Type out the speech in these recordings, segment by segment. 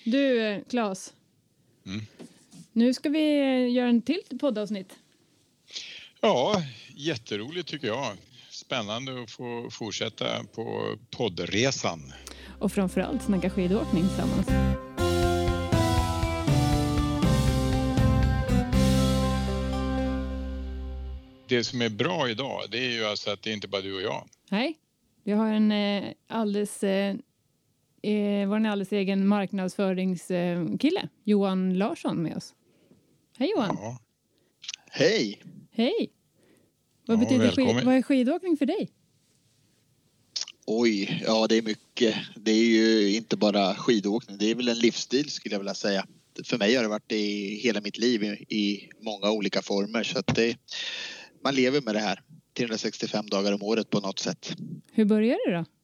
Du, Claes. Nu ska vi göra en till poddavsnitt. Ja, jätteroligt tycker jag. Spännande att få fortsätta på poddresan. Och framförallt snacka skidåkning tillsammans. Det som är bra idag, det är ju alltså att det är inte bara du och jag. Nej, vi har en alldeles egen marknadsföringskille, Johan Larsson, med oss. Hej Johan! Ja. Hej! Hej! Vad betyder vad är skidåkning för dig? Oj, ja det är mycket. Det är ju inte bara skidåkning, det är väl en livsstil skulle jag vilja säga. För mig har det varit i hela mitt liv i många olika former, så att man lever med det här 365 dagar om året på något sätt. Hur började det då?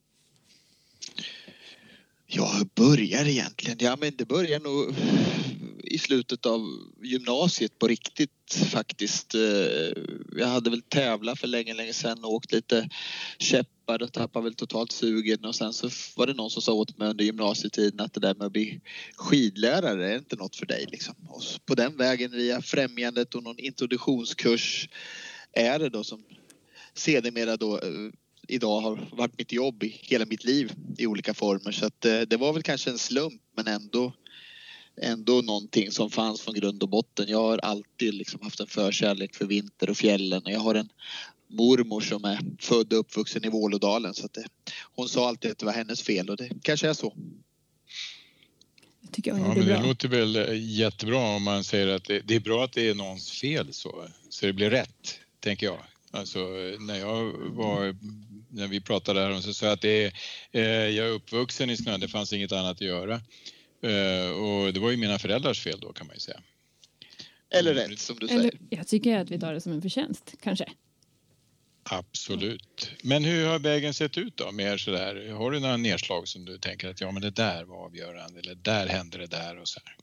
Ja, hur börjar det egentligen? Ja, men det börjar nog i slutet av gymnasiet på riktigt faktiskt. Jag hade väl tävlat för länge sedan och åkt lite käppar och tappade väl totalt sugen. Och sen så var det någon som sa åt mig under gymnasietiden att det där med att bli skidlärare är inte något för dig. Liksom. Och på den vägen via främjandet och någon introduktionskurs är det då som sedermera då idag har varit mitt jobb i hela mitt liv i olika former. Så att det var väl kanske en slump, men ändå någonting som fanns från grund och botten. Jag har alltid liksom haft en förkärlek för vinter och fjällen. Jag har en mormor som är född och uppvuxen i Vålådalen, så att hon sa alltid att det var hennes fel, och det kanske är så. Jag tycker det låter väl jättebra om man säger att det är bra att det är någons fel så det blir rätt, tänker jag. Alltså när vi pratade här så sa jag att jag är uppvuxen i snö, det fanns inget annat att göra. Och det var ju mina föräldrars fel då, kan man ju säga. Eller rätt, som du säger. Jag tycker att vi tar det som en förtjänst, kanske. Absolut. Men hur har vägen sett ut då? Mer sådär, har du några nedslag som du tänker att ja, men det där var avgörande, eller där hände det där och så här?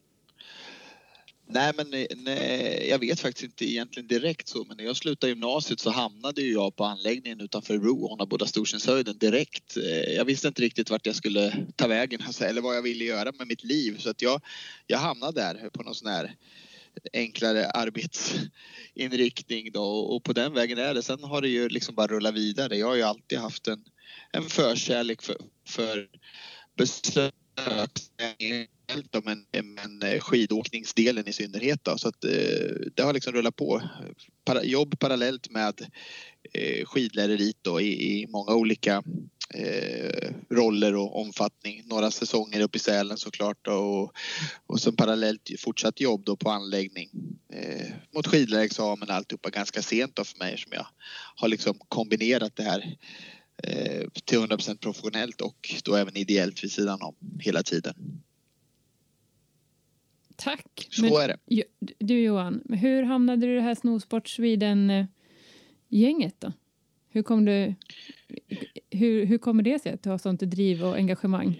Nej, jag vet faktiskt inte egentligen direkt så, men när jag slutade gymnasiet så hamnade ju jag på anläggningen utanför Ro, hon har båda Storsjönshöjden direkt. Jag visste inte riktigt vart jag skulle ta vägen, alltså, eller vad jag ville göra med mitt liv, så att jag hamnade där på någon sån här enklare arbetsinriktning då, och på den vägen är det. Sen har det ju liksom bara rullat vidare. Jag har ju alltid haft en förkärlek för besök, men skidåkningsdelen i synnerhet då, så att det har liksom rullat på. Jobb parallellt med skidläreriet då i många olika roller och omfattning. Några säsonger upp i Sälen såklart då, och som parallellt fortsatt jobb då på anläggning mot skidlärarexamen, alltihopa ganska sent då för mig, som jag har liksom kombinerat det här till 100% professionellt och då även ideellt vid sidan om hela tiden. Tack. Så är det. Du Johan, hur hamnade du i det här Snowsport Sweden-gänget då? Hur kommer det sig att du har sånt driv och engagemang?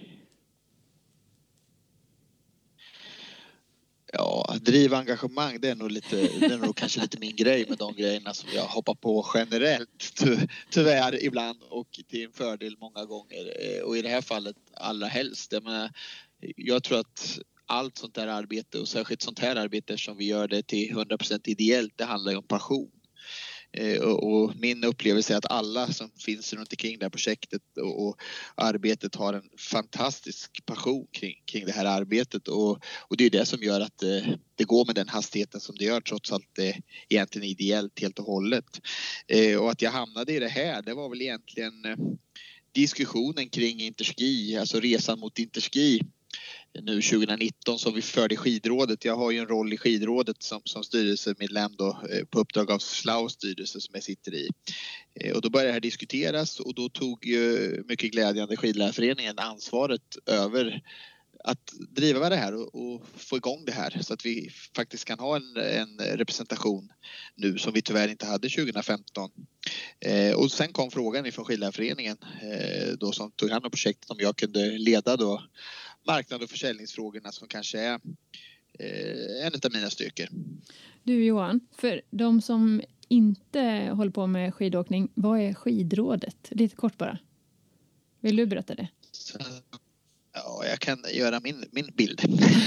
Ja, driv och engagemang, det är nog kanske lite min grej med de grejerna som jag hoppar på generellt, tyvärr ibland, och till en fördel många gånger. Och i det här fallet allra helst. Jag tror att allt sånt här arbete, och särskilt sånt här arbete som vi gör det till 100% ideellt, det handlar ju om passion. Och min upplevelse är att alla som finns runt omkring det här projektet och arbetet har en fantastisk passion kring det här arbetet, och det är det som gör att det går med den hastigheten som det gör, trots allt det egentligen ideellt helt och hållet. Och att jag hamnade i det här, det var väl egentligen diskussionen kring Interski, alltså resan mot Interski nu 2019 som vi förde i skidrådet. Jag har ju en roll i skidrådet som styrelsemedlem då, på uppdrag av Slaus styrelse som jag sitter i. Och då började det här diskuteras, och då tog ju mycket glädjande skidlärarföreningen ansvaret över att driva det här och få igång det här, så att vi faktiskt kan ha en representation nu som vi tyvärr inte hade 2015. Och sen kom frågan ifrån skidlärarföreningen då som tog hand om projektet, om jag kunde leda då marknad- och försäljningsfrågorna, som kanske är en av mina styrkor. Du Johan, för de som inte håller på med skidåkning, vad är skidrådet? Lite kort bara. Vill du berätta det? Ja, jag kan göra min bild.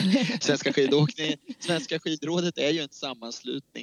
Svenska skidrådet är ju en sammanslutning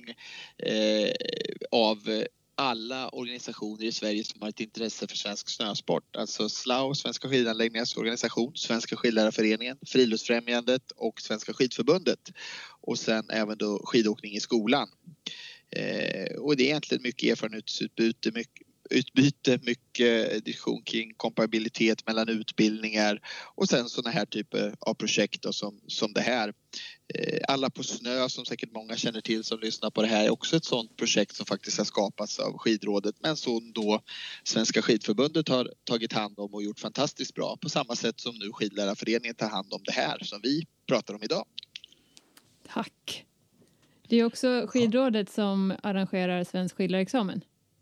av alla organisationer i Sverige som har ett intresse för svensk snösport. Alltså SLAO, Svenska skidanläggningars organisation, Svenska skidlärarföreningen, Friluftsfrämjandet och Svenska skidförbundet. Och sen även då skidåkning i skolan. Och det är egentligen mycket erfarenhetsutbyte, mycket diskussion kring komparabilitet mellan utbildningar och sen sådana här typer av projekt då, som det här. Alla på snö, som säkert många känner till som lyssnar på det här, är också ett sådant projekt som faktiskt har skapats av skidrådet, men som då Svenska skidförbundet har tagit hand om och gjort fantastiskt bra, på samma sätt som nu skidlärarföreningen tar hand om det här som vi pratar om idag. Tack. Det är också skidrådet som arrangerar svensk skidlärarexamen.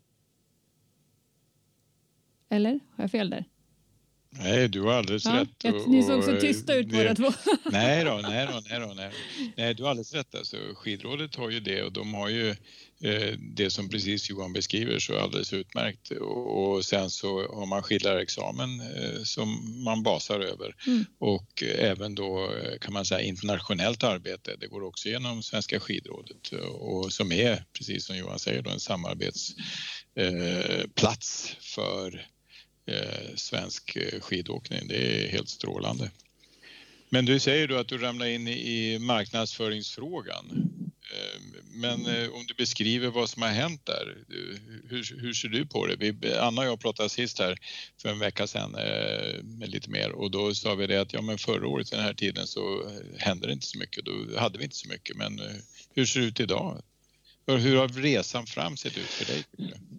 Eller? Har jag fel där? Nej, du har alldeles rätt. Ni såg så tysta ut båda två. Nej, du har alldeles rätt. Alltså, skidrådet har ju det och de har ju det som precis Johan beskriver så alldeles utmärkt. Och sen så har man skidlärarexamen som man basar över. Och även då kan man säga internationellt arbete. Det går också genom Svenska skidrådet och som är, precis som Johan säger, då, en samarbetsplats för svensk skidåkning. Det är helt strålande. Men du säger då att du ramlar in i marknadsföringsfrågan. Men om du beskriver vad som har hänt där, hur ser du på det? Anna och jag pratade sist här för en vecka sedan med lite mer och då sa vi det att men förra året den här tiden så hände det inte så mycket. Då hade vi inte så mycket. Men hur ser det ut idag? Hur har resan fram sett ut för dig?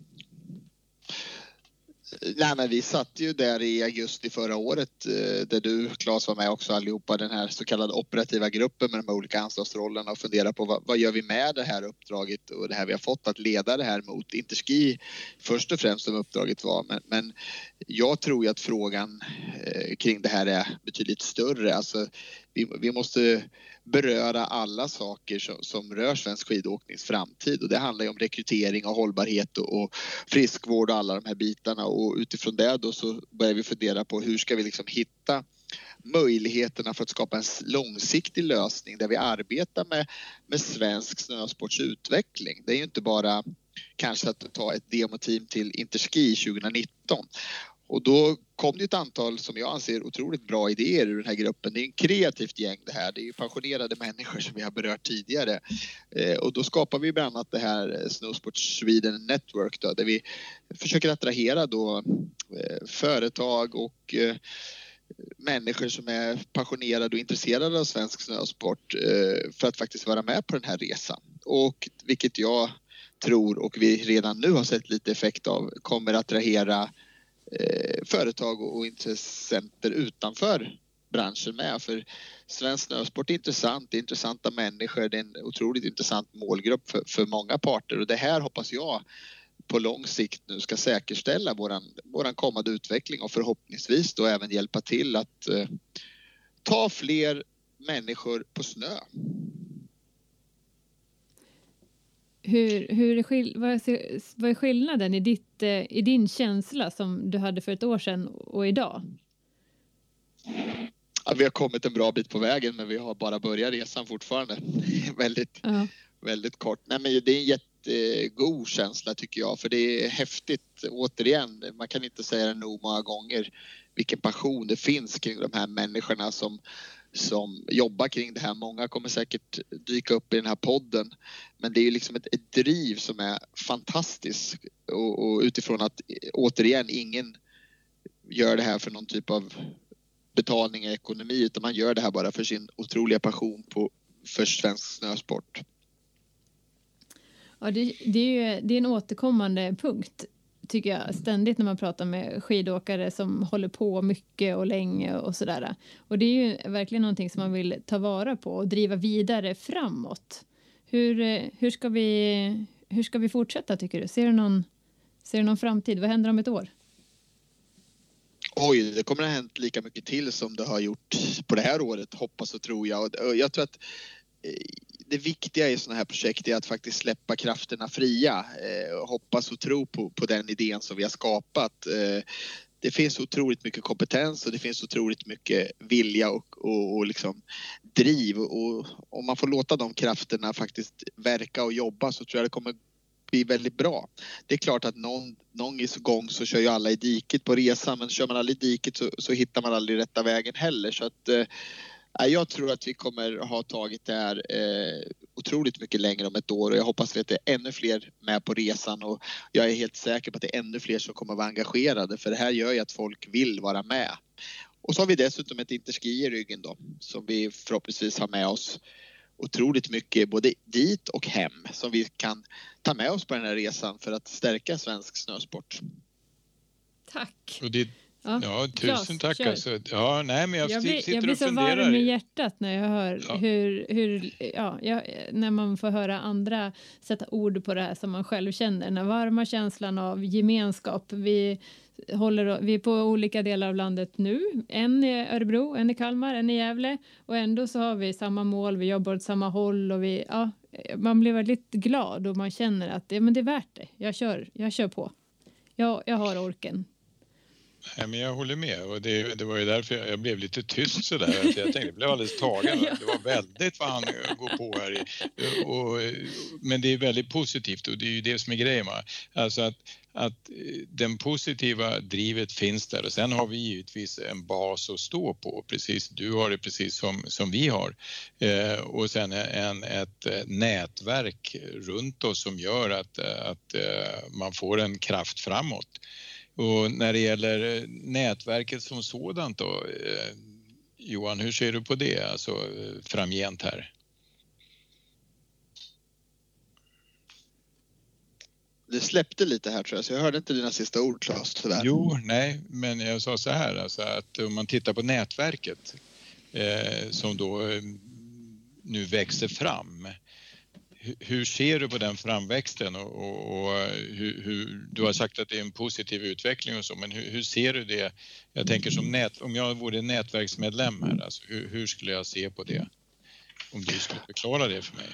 Nej, men vi satt ju där i augusti förra året där du, Claes, var med också allihopa, den här så kallade operativa gruppen med de olika ansvarsrollerna och fundera på vad gör vi med det här uppdraget och det här vi har fått att leda det här mot Interski först och främst som uppdraget var. Men jag tror ju att frågan kring det här är betydligt större. Alltså vi måste beröra alla saker som rör svensk skidåknings framtid och det handlar ju om rekrytering och hållbarhet och friskvård och alla de här bitarna och utifrån det då så börjar vi fundera på hur ska vi liksom hitta möjligheterna för att skapa en långsiktig lösning där vi arbetar med svensk snösportsutveckling. Det är ju inte bara kanske att ta ett demoteam till Interski 2019. Och då kom det ett antal som jag anser otroligt bra idéer ur den här gruppen. Det är en kreativt gäng det här. Det är ju passionerade människor som vi har berört tidigare. Och då skapar vi bland annat det här Snowsport Sweden Network då, där vi försöker attrahera då företag och människor som är passionerade och intresserade av svensk snösport för att faktiskt vara med på den här resan. Och vilket jag tror och vi redan nu har sett lite effekt av kommer att attrahera företag och intressenter utanför branschen med. För svensk snösport är intressant, det är intressanta människor, det är en otroligt intressant målgrupp för många parter och det här hoppas jag på lång sikt nu ska säkerställa våran kommande utveckling och förhoppningsvis då även hjälpa till att ta fler människor på snö. Vad är skillnaden i din känsla som du hade för ett år sedan och idag? Ja, vi har kommit en bra bit på vägen men vi har bara börjat resan fortfarande. Väldigt kort. Nej, men det är en jättegod känsla tycker jag för det är häftigt återigen. Man kan inte säga det nog många gånger vilken passion det finns kring de här människorna som jobbar kring det här. Många kommer säkert dyka upp i den här podden. Men det är ju liksom ett driv som är fantastiskt. Och utifrån att återigen ingen gör det här för någon typ av betalning i ekonomi. Utan man gör det här bara för sin otroliga passion för svensk snösport. Ja, det är en återkommande punkt tycker jag ständigt när man pratar med skidåkare som håller på mycket och länge och sådär. Och det är ju verkligen någonting som man vill ta vara på och driva vidare framåt. Hur ska vi fortsätta tycker du? Ser du någon framtid? Vad händer om ett år? Oj, det kommer att ha hänt lika mycket till som det har gjort på det här året, hoppas och tror jag. Och jag tror att det viktiga i sådana här projekt är att faktiskt släppa krafterna fria. Hoppas och tro på den idén som vi har skapat. det finns otroligt mycket kompetens och det finns otroligt mycket vilja och liksom driv. Och om man får låta de krafterna faktiskt verka och jobba så tror jag det kommer bli väldigt bra. Det är klart att någon gång så kör ju alla i diket på resan, men kör man aldrig i diket så hittar man aldrig rätta vägen heller. Så att jag tror att vi kommer ha tagit det här otroligt mycket längre om ett år och jag hoppas att det är ännu fler med på resan och jag är helt säker på att det är ännu fler som kommer vara engagerade för det här gör ju att folk vill vara med. Och så har vi dessutom ett Interski i ryggen då som vi förhoppningsvis har med oss otroligt mycket både dit och hem som vi kan ta med oss på den här resan för att stärka svensk snösport. Tack. Och det, ja, tusen tack. Alltså. Ja, nej, men jag blir så varm i hjärtat när jag hör när man får höra andra sätta ord på det här som man själv känner. Den här varma känslan av gemenskap. Vi är på olika delar av landet nu. En i Örebro, en i Kalmar, en i Gävle. Och ändå så har vi samma mål, vi jobbar åt samma håll. Och man blir väldigt glad och man känner att men det är värt det. Jag kör på. Jag har orken. Nej, men jag håller med och det var ju därför jag blev lite tyst sådär. Jag tänkte jag blev alldeles tagen. Det var väldigt vad han går på här. Men det är väldigt positivt och det är ju det som är grejen. Alltså att den positiva drivet finns där och sen har vi givetvis en bas att stå på. Precis, du har det precis som vi har. Och sen ett nätverk runt oss som gör att man får en kraft framåt. Och när det gäller nätverket som sådant då, Johan, hur ser du på det alltså framgent här? Det släppte lite här tror jag, så jag hörde inte dina sista ord, Claes, tyvärr. Jo, nej, men jag sa så här, alltså att om man tittar på nätverket som då nu växer fram. Hur ser du på den framväxten och hur du har sagt att det är en positiv utveckling och så, men hur ser du det? Jag tänker som om jag vore nätverksmedlem här, alltså, hur skulle jag se på det? Om du skulle förklara det för mig.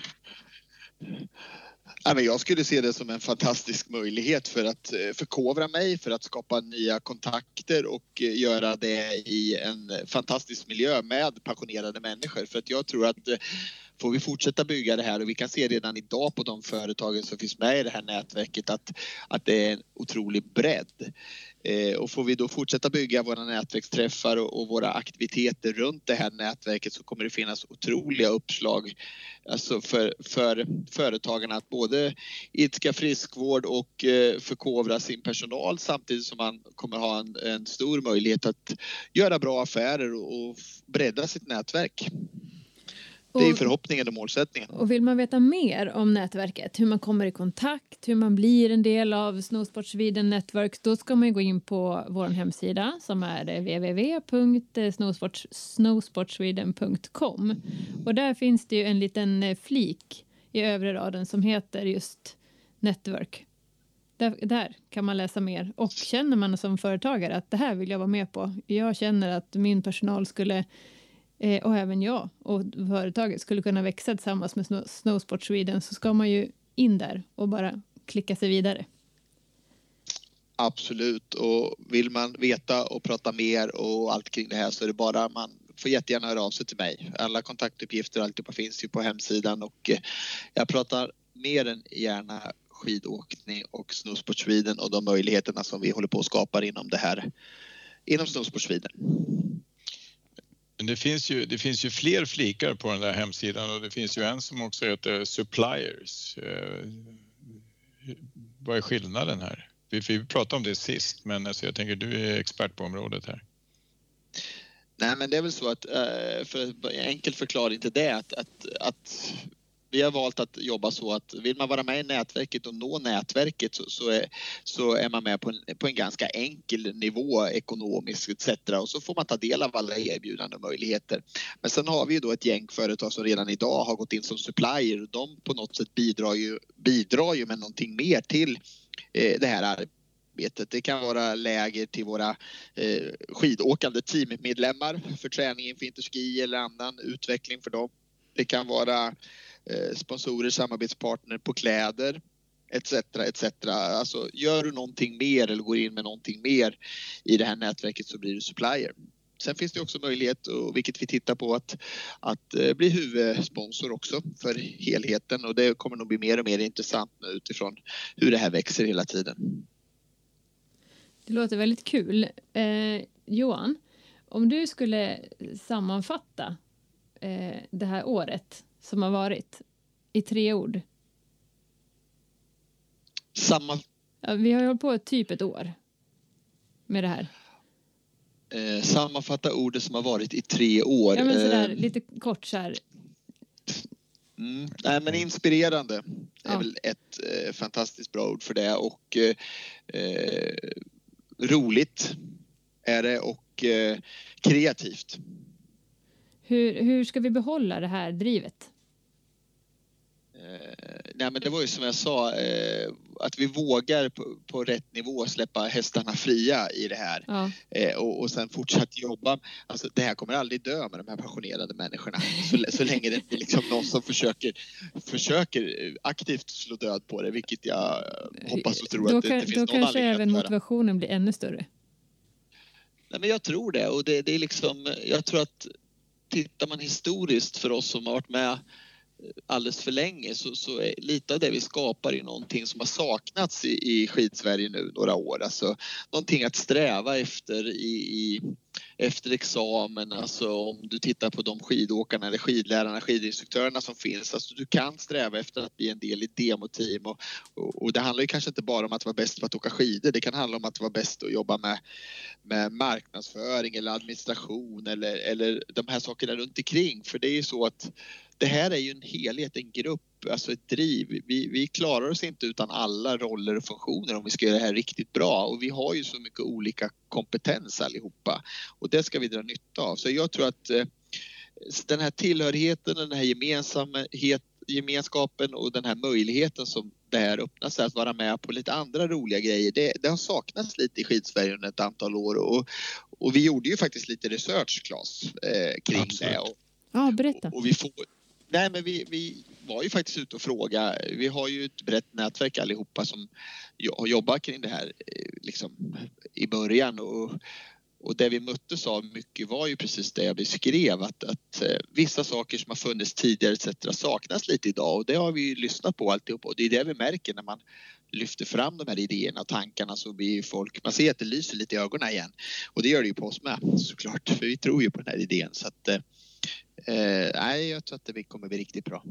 Ja, men jag skulle se det som en fantastisk möjlighet för att förkovra mig, för att skapa nya kontakter och göra det i en fantastisk miljö med passionerade människor. För att jag tror att får vi fortsätta bygga det här och vi kan se redan idag på de företagen som finns med i det här nätverket att det är en otrolig bredd. Och får vi då fortsätta bygga våra nätverksträffar och våra aktiviteter runt det här nätverket så kommer det finnas otroliga uppslag alltså för företagarna att både idka friskvård och förkovra sin personal samtidigt som man kommer ha en stor möjlighet att göra bra affärer och bredda sitt nätverk. Det är förhoppningen och målsättningen. Och vill man veta mer om nätverket, hur man kommer i kontakt, hur man blir en del av Snowsport Sweden Network, då ska man gå in på vår hemsida som är www.snowsportsweden.com. Och där finns det ju en liten flik i övre raden som heter just Network. Där kan man läsa mer. Och känner man som företagare att det här vill jag vara med på. Jag känner att min personal skulle... och även jag och företaget skulle kunna växa tillsammans med Snowsport Sweden, så ska man ju in där och bara klicka sig vidare. Absolut, och vill man veta och prata mer och allt kring det här så är det bara man får jättegärna höra av sig till mig. Alla kontaktuppgifter och alltihopa finns ju på hemsidan och jag pratar mer än gärna skidåkning och Snowsport Sweden och de möjligheterna som vi håller på att skapa inom det här, inom Snowsport Sweden. Men det finns ju fler flikar på den där hemsidan och det finns ju en som också heter Suppliers. Vad är skillnaden här? Vi pratade om det sist, men alltså jag tänker du är expert på området här. Nej, men det är väl så att för enkelt förklaring till det att vi har valt att jobba så att vill man vara med i nätverket och nå nätverket så är man med på en ganska enkel nivå ekonomiskt etc. Och så får man ta del av alla erbjudanden och möjligheter. Men sen har vi ju då ett gäng företag som redan idag har gått in som supplier och de på något sätt bidrar ju med någonting mer till det här arbetet. Det kan vara läger till våra skidåkande teammedlemmar för träning inför Interski eller annan utveckling för dem. Det kan vara sponsorer, samarbetspartner på kläder etc. Alltså gör du någonting mer eller går in med någonting mer i det här nätverket så blir du supplier. Sen finns det också möjlighet, och vilket vi tittar på, att bli huvudsponsor också för helheten, och det kommer nog bli mer och mer intressant nu utifrån hur det här växer hela tiden. Det låter väldigt kul. Johan, om du skulle sammanfatta det här året som har varit i 3 ord. Vi har ju hållit på typ ett år med det här. Sammanfatta ordet som har varit i 3 år. Ja, men sådär, lite kort så här. Nej, men inspirerande är väl ett fantastiskt bra ord för det, och roligt är det, och kreativt. Hur ska vi behålla det här drivet? Nej, men det var ju som jag sa, att vi vågar på rätt nivå släppa hästarna fria i det här. Ja. Och sen fortsatt jobba. Alltså, det här kommer aldrig dö med de här passionerade människorna. Så länge det inte är liksom någon som försöker aktivt slå död på det, vilket jag hoppas och tror att det inte finns någon anledning att göra. Då kanske även motivationen blir ännu större. Nej, men jag tror det, och det är liksom, jag tror att tittar man historiskt för oss som har varit med alldeles för länge, så är lite av det vi skapar ju någonting som har saknats i Skidsverige nu några år. Alltså någonting att sträva efter efter examen. Alltså om du tittar på de skidåkarna eller skidlärarna, skidinstruktörerna som finns. Alltså du kan sträva efter att bli en del i demoteam, och det handlar ju kanske inte bara om att vara bäst på att åka skidor. Det kan handla om att vara bäst att jobba med marknadsföring eller administration eller de här sakerna runt omkring. För det är ju så att det här är ju en helhet, en grupp, alltså ett driv. Vi klarar oss inte utan alla roller och funktioner om vi ska göra det här riktigt bra. Och vi har ju så mycket olika kompetens allihopa. Och det ska vi dra nytta av. Så jag tror att den här tillhörigheten, den här gemenskapen och den här möjligheten som det här öppnar sig att vara med på lite andra roliga grejer. Det har saknats lite i Skidsverige under ett antal år. Och vi gjorde ju faktiskt lite research, Claes, kring Absolut. det. Ja, berätta. Och vi var ju faktiskt ute och fråga. Vi har ju ett brett nätverk allihopa som har jobbat kring det här liksom i början, och det vi möttes av mycket var ju precis det jag beskrev, att vissa saker som har funnits tidigare etc. saknas lite idag, och det har vi ju lyssnat på alltihop, och det är det vi märker när man lyfter fram de här idéerna och tankarna, så blir folk, man ser att det lyser lite i ögonen igen, och det gör det ju på oss med såklart, för vi tror ju på den här idén, så att jag tror att det kommer bli riktigt bra.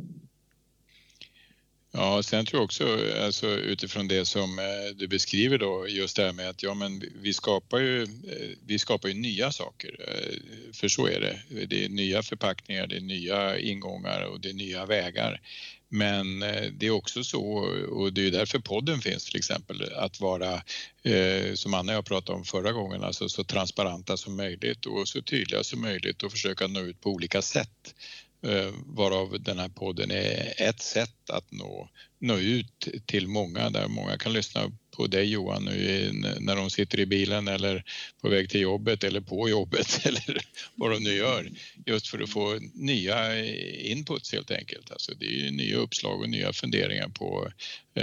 Ja, sen tror jag också, alltså, utifrån det som du beskriver då, just det här med att vi skapar ju nya saker, för så är det. Det är nya förpackningar, det är nya ingångar och det är nya vägar. Men det är också så, och det är därför podden finns till exempel, att vara, som Anna och jag pratade om förra gången, alltså så transparenta som möjligt och så tydliga som möjligt och försöka nå ut på olika sätt. Varav den här podden är ett sätt att nå ut till många, där många kan lyssna på dig, Johan, nu när de sitter i bilen eller på väg till jobbet eller på jobbet eller vad de nu gör, just för att få nya inputs helt enkelt. Alltså det är ju nya uppslag och nya funderingar på,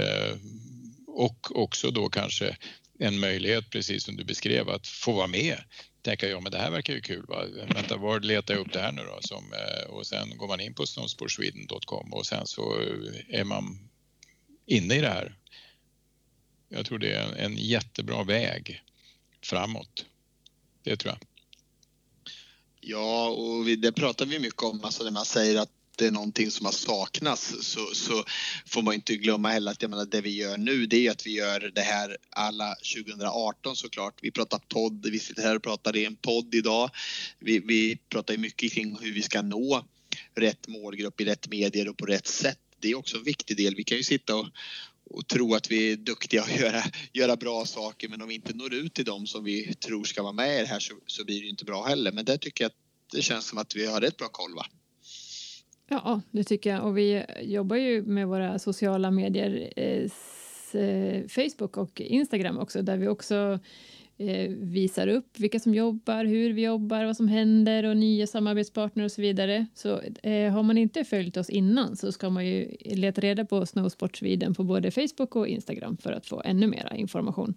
och också då kanske en möjlighet, precis som du beskrev, att få vara med. Tänker jag, men det här verkar ju kul, va? Vänta, var letar jag upp det här nu då? Och sen går man in på snowsportsweden.com och sen så är man inne i det här. Jag tror det är en jättebra väg framåt. Det tror jag. Ja, och det pratar vi mycket om, alltså när man säger att det är någonting som har saknats, så får man inte glömma heller att jag menar, det vi gör nu, det är att vi gör det här alla 2018 såklart. Vi pratar podd, vi sitter här och pratar i en podd idag. Vi pratar ju mycket kring hur vi ska nå rätt målgrupp i rätt medier och på rätt sätt. Det är också en viktig del. Vi kan ju sitta och tro att vi är duktiga att göra bra saker, men om vi inte når ut till dem som vi tror ska vara med i det här, så blir det inte bra heller. Men där tycker jag att det känns som att vi har rätt bra koll, va? Ja, det tycker jag. Och vi jobbar ju med våra sociala medier, Facebook och Instagram också, där vi också visar upp vilka som jobbar, hur vi jobbar, vad som händer och nya samarbetspartner och så vidare. Så har man inte följt oss innan så ska man ju leta reda på Snowsport Sweden på både Facebook och Instagram för att få ännu mera information.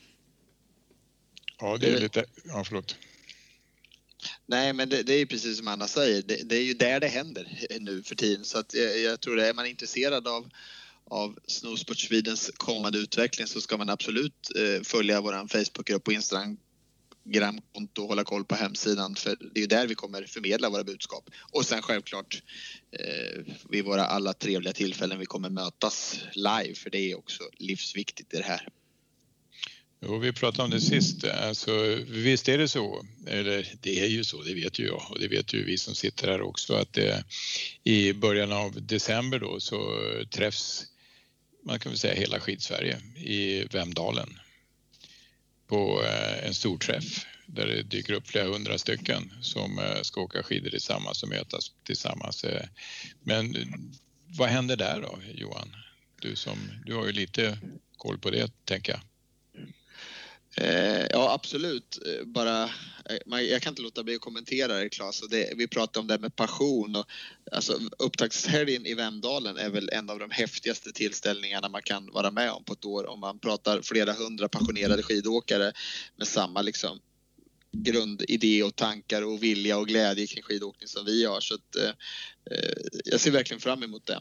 Ja, det är lite... Ja, förlåt. Nej, men det är ju precis som Anna säger. Det är ju där det händer nu för tiden. Så att jag tror att är man intresserad av Snowsport Swedens kommande utveckling så ska man absolut följa våran Facebookgrupp och Instagramkonto och hålla koll på hemsidan. För det är ju där vi kommer förmedla våra budskap. Och sen självklart vid våra alla trevliga tillfällen vi kommer mötas live. För det är också livsviktigt i det här. Jo, vi pratade om det sist. Alltså, visst är det så, eller det är ju så, det vet ju jag och det vet ju vi som sitter här också, att i början av december då så träffs, man kan väl säga hela Skidsverige i Vemdalen på en stor träff där det dyker upp flera 100 stycken som ska åka skidor tillsammans och mötas tillsammans. Men vad händer där då, Johan? Du har ju lite koll på det, tänker jag. Ja, absolut. Jag kan inte låta bli att kommentera det, Claes. Vi pratade om det med passion. Och, alltså, upptaktshelgen i Vemdalen är väl en av de häftigaste tillställningarna man kan vara med om på ett år. Om man pratar flera 100 passionerade skidåkare med samma liksom, grundidé och tankar och vilja och glädje kring skidåkning som vi har. Så att, jag ser verkligen fram emot det.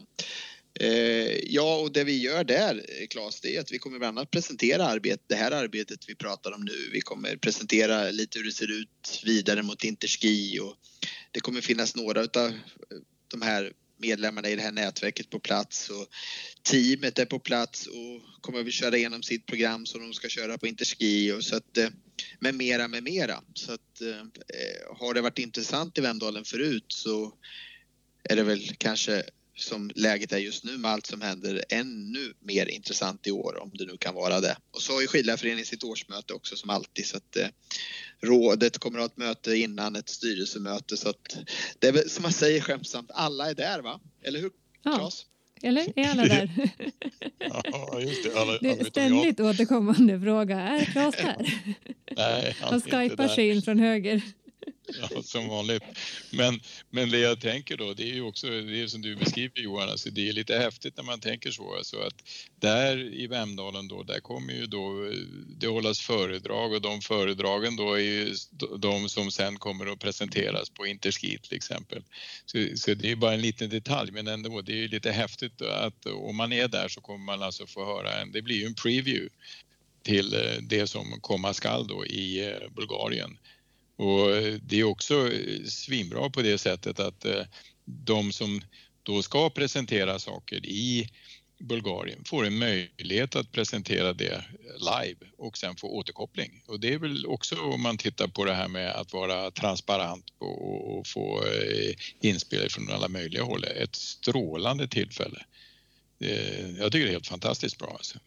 Ja, och det vi gör där, Claes, det är att vi kommer bland annat presentera det här arbetet vi pratar om nu. Vi kommer presentera lite hur det ser ut vidare mot Interski och det kommer finnas några av de här medlemmarna i det här nätverket på plats och teamet är på plats och kommer vi köra igenom sitt program som de ska köra på Interski och så att med mera. Så att har det varit intressant i Vemdalen förut så är det väl kanske som läget är just nu med allt som händer ännu mer intressant i år om det nu kan vara det. Och så har ju Skidlärarföreningen sitt årsmöte också som alltid så att rådet kommer att ha ett möte innan ett styrelsemöte så att det är väl som man säger skämtsamt, alla är där va? Eller hur, Claes? Ja, eller är alla där? Ja, just det. Det är ständigt återkommande fråga, är Claes där? Nej, han skypar sig in från höger. Ja, som vanligt. Men det jag tänker då, det är ju också det som du beskriver Johan, alltså det är lite häftigt när man tänker så. Alltså att där i Vemdalen då, där kommer ju då det hållas föredrag och de föredragen då är ju de som sen kommer att presenteras på Interski till exempel. Så det är bara en liten detalj men ändå, det är ju lite häftigt att om man är där så kommer man alltså få höra det blir ju en preview till det som komma skall då i Bulgarien. Och det är också svinbra på det sättet att de som då ska presentera saker i Bulgarien får en möjlighet att presentera det live och sen få återkoppling. Och det är väl också om man tittar på det här med att vara transparent och få inspel från alla möjliga håll. Ett strålande tillfälle. Jag tycker det är helt fantastiskt bra alltså.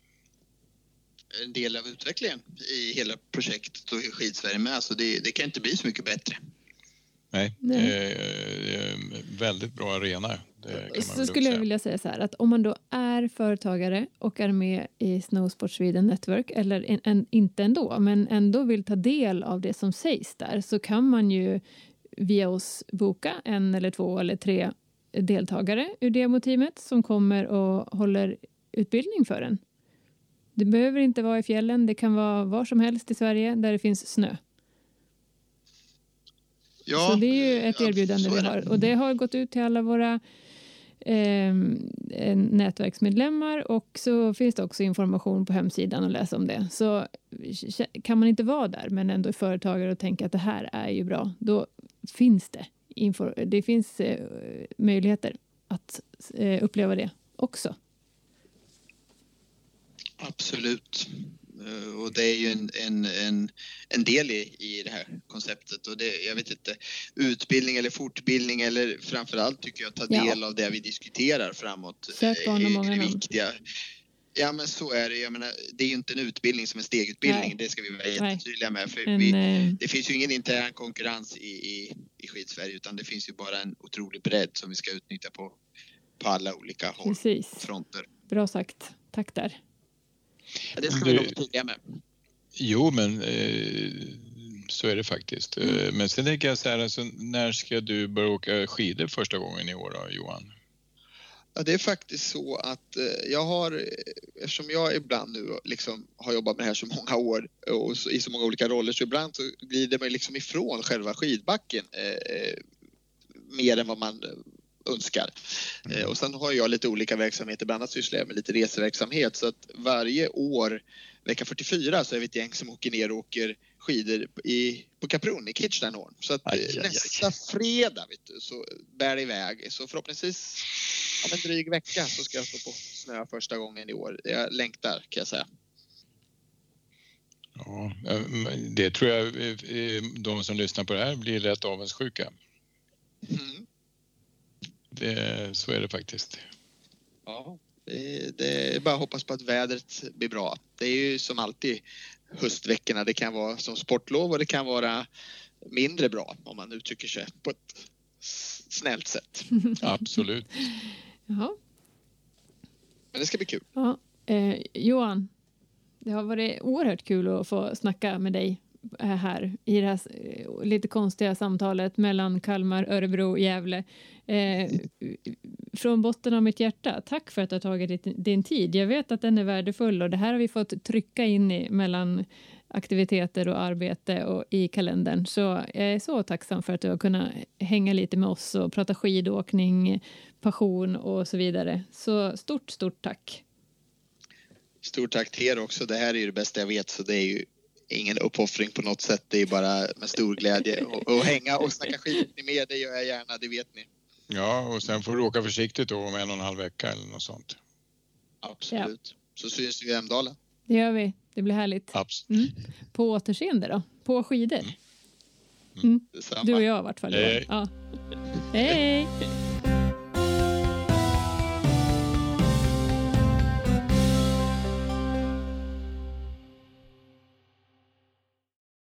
En del av utvecklingen i hela projektet och i Skidsverige med. Så det kan inte bli så mycket bättre. Nej. Väldigt bra arena. Så skulle jag vilja säga så här att om man då är företagare och är med i Snowsport Sweden Network eller inte ändå men ändå vill ta del av det som sägs där så kan man ju via oss boka 1 eller 2 eller 3 deltagare ur demoteamet som kommer och håller utbildning för en. Det behöver inte vara i fjällen, det kan vara var som helst i Sverige där det finns snö. Ja, så det är ju ett erbjudande vi har. Och det har gått ut till alla våra nätverksmedlemmar och så finns det också information på hemsidan att läsa om det. Så kan man inte vara där men ändå är företagare och tänka att det här är ju bra, då finns det finns möjligheter att uppleva det också. Absolut. Och det är ju en del i det här konceptet och det, jag vet inte, utbildning eller fortbildning eller framförallt tycker jag ta del av det vi diskuterar framåt. Sök barn många det viktiga. Ja men så är det, jag menar, det är ju inte en utbildning som en stegutbildning. Nej. Det ska vi vara jättetydliga med för det finns ju ingen intern konkurrens i Skidsverige utan det finns ju bara en otrolig bredd som vi ska utnyttja på alla olika håll. Precis. Fronter. Bra sagt, tack där. Ja, det ska vi nog tydliga med. Jo, men så är det faktiskt. Men sen tänker jag så här, alltså, när ska du börja åka skidor första gången i år då, Johan? Ja, det är faktiskt så att jag har, eftersom jag ibland nu liksom har jobbat med det här så många år och i så många olika roller, så ibland så glider man liksom ifrån själva skidbacken mer än vad man önskar. Och sen har jag lite olika verksamheter, bland annat sysslar jag med lite reseverksamhet, så att varje år, vecka 44, så är vi ett gäng som åker ner och åker skidor på Capron i Kitchenhorn. Så att nästa fredag, vet du, så bär det iväg. Så förhoppningsvis om en dryg vecka så ska jag stå på snö första gången i år. Jag längtar, kan jag säga. Ja, det tror jag de som lyssnar på det här blir rätt avundsjuka. Mm. Så är det faktiskt. Ja, det är bara att hoppas på att vädret blir bra. Det är ju som alltid höstveckorna. Det kan vara som sportlov och det kan vara mindre bra, om man uttrycker sig på ett snällt sätt. Absolut. Jaha. Men det ska bli kul. Ja. Johan, det har varit oerhört kul att få snacka med dig här i det här lite konstiga samtalet mellan Kalmar, Örebro och Gävle. Från botten av mitt hjärta, tack för att du har tagit din tid. Jag vet att den är värdefull och det här har vi fått trycka in i mellan aktiviteter och arbete och i kalendern. Så jag är så tacksam för att du har kunnat hänga lite med oss och prata skidåkning, passion och så vidare. Så stort tack. Stort tack till er också. Det här är ju det bästa jag vet, så det är ju ingen uppoffring på något sätt. Det är bara med stor glädje att hänga och snacka skidåkning med. Det gör jag gärna, det vet ni. Ja, och sen får du åka försiktigt då om 1,5 vecka eller något sånt. Absolut. Ja. Så syns vi i Emdalen. Det gör vi. Det blir härligt. På återseende då. På skidor. Du och jag i vart fall. Hej. Ja. Hej.